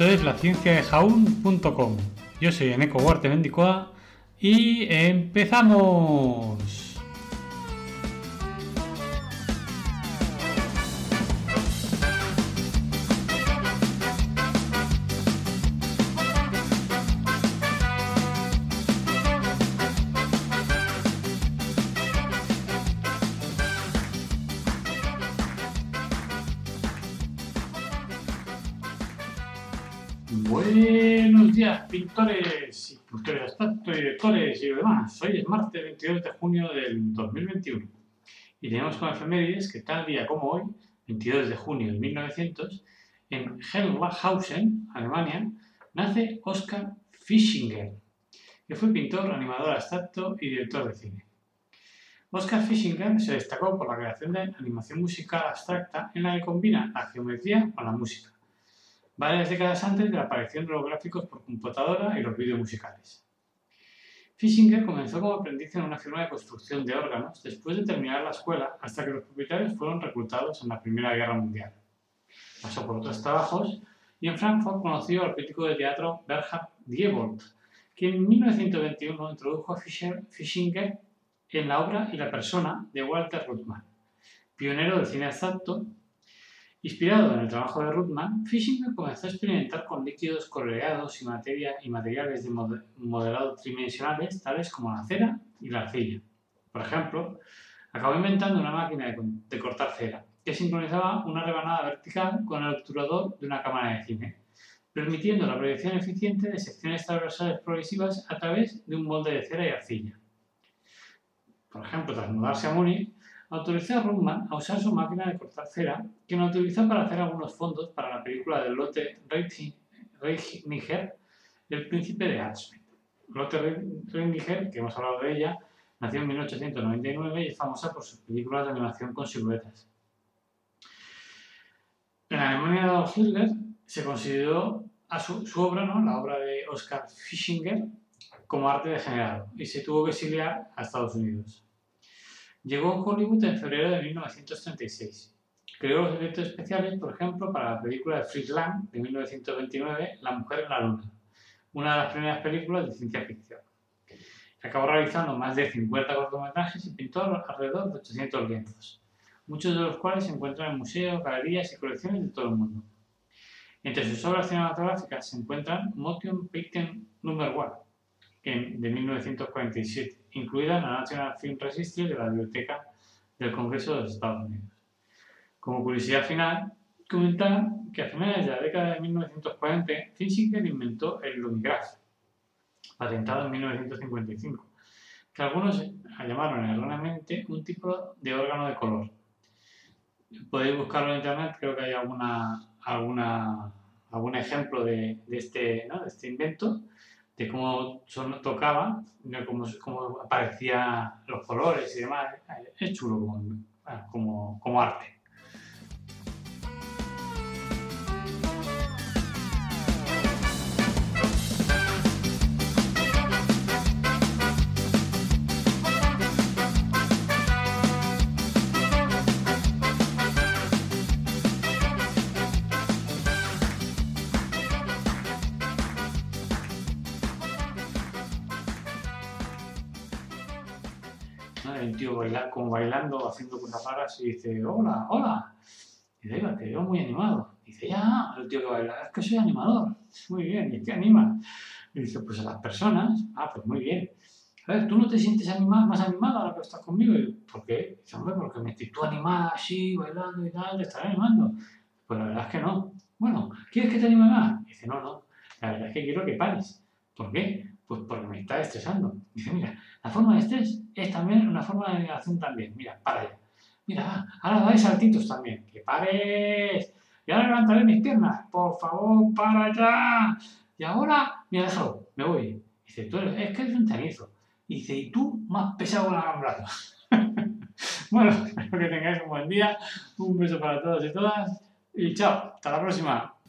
Esto es lacienciadejaun.com. Yo soy Eneco Huarte Mendicoa y empezamos. Buenos días, pintores y pintores de abstracto, directores y demás. Hoy es martes 22 de junio del 2021 y tenemos como efemérides que tal día como hoy, 22 de junio de 1900, en Hellhausen, Alemania, nace Oskar Fischinger, que fue pintor, animador abstracto y director de cine. Oskar Fischinger se destacó por la creación de animación musical abstracta en la que combina la geometría con la música, varias décadas antes de la aparición de los gráficos por computadora y los vídeos musicales. Fischinger comenzó como aprendiz en una firma de construcción de órganos después de terminar la escuela hasta que los propietarios fueron reclutados en la Primera Guerra Mundial. Pasó por otros trabajos y en Frankfurt conoció al crítico de teatro Bernhard Diebold, quien en 1921 introdujo a Fischinger en la obra y la persona de Walter Ruttmann, pionero del cine abstracto. Inspirado en el trabajo de Ruttmann, Fischinger comenzó a experimentar con líquidos coloreados y materiales de modelado tridimensionales tales como la cera y la arcilla. Por ejemplo, acabó inventando una máquina de cortar cera que sincronizaba una rebanada vertical con el obturador de una cámara de cine, permitiendo la proyección eficiente de secciones transversales progresivas a través de un molde de cera y arcilla. Por ejemplo, tras mudarse a Múnich, autorizó a Ruttmann a usar su máquina de cortar cera, que la utilizó para hacer algunos fondos para la película de Lotte Reiniger, El príncipe de Ashmead. Lotte Reiniger, que hemos hablado de ella, nació en 1899 y es famosa por sus películas de animación con siluetas. En la Alemania de Adolf Hitler se consideró a su obra, la obra de Oskar Fischinger, como arte degenerado y se tuvo que exiliar a Estados Unidos. Llegó a Hollywood en febrero de 1936. Creó los efectos especiales, por ejemplo, para la película de Fritz Lang de 1929, La mujer en la luna, una de las primeras películas de ciencia ficción. Acabó realizando más de 50 cortometrajes y pintó alrededor de 800 lienzos, muchos de los cuales se encuentran en museos, galerías y colecciones de todo el mundo. Entre sus obras cinematográficas se encuentran Motion Picture No. 1, de 1947, incluida en la National Film Registry de la Biblioteca del Congreso de los Estados Unidos. Como curiosidad final, comentar que a finales de la década de 1940, Fischinger inventó el Lumigraph, patentado en 1955, que algunos llamaron erróneamente un tipo de órgano de color. Podéis buscarlo en internet, creo que hay algún ejemplo de este invento, de cómo tocaba, cómo aparecían los colores y demás. Es chulo como arte. El tío bailando, haciendo cosas raras y dice, hola, hola. Y dice, te veo muy animado. Y dice, ya, el tío que baila, es que soy animador. Muy bien, ¿y qué anima? Y dice, pues a las personas. Pues muy bien. A ver, ¿tú no te sientes más animada ahora que estás conmigo? Y, ¿por qué? Dice, hombre, porque me estoy tú animada así, bailando y tal, te estaré animando. Pues la verdad es que no. Bueno, ¿quieres que te anime más? Y dice, no, la verdad es que quiero que pares. ¿Por qué? Pues porque me está estresando. Dice, mira, la forma de estrés es también una forma de animación también. Mira, para ya. Mira, ahora dais saltitos también. ¡Que pares! Y ahora levantaré mis piernas. Por favor, para ya. Y ahora, mira, déjalo, me voy. Dice, tú es que eres un chanizo. Dice, y tú más pesado con la gambraza. Bueno, espero que tengáis un buen día. Un beso para todos y todas. Y chao, hasta la próxima.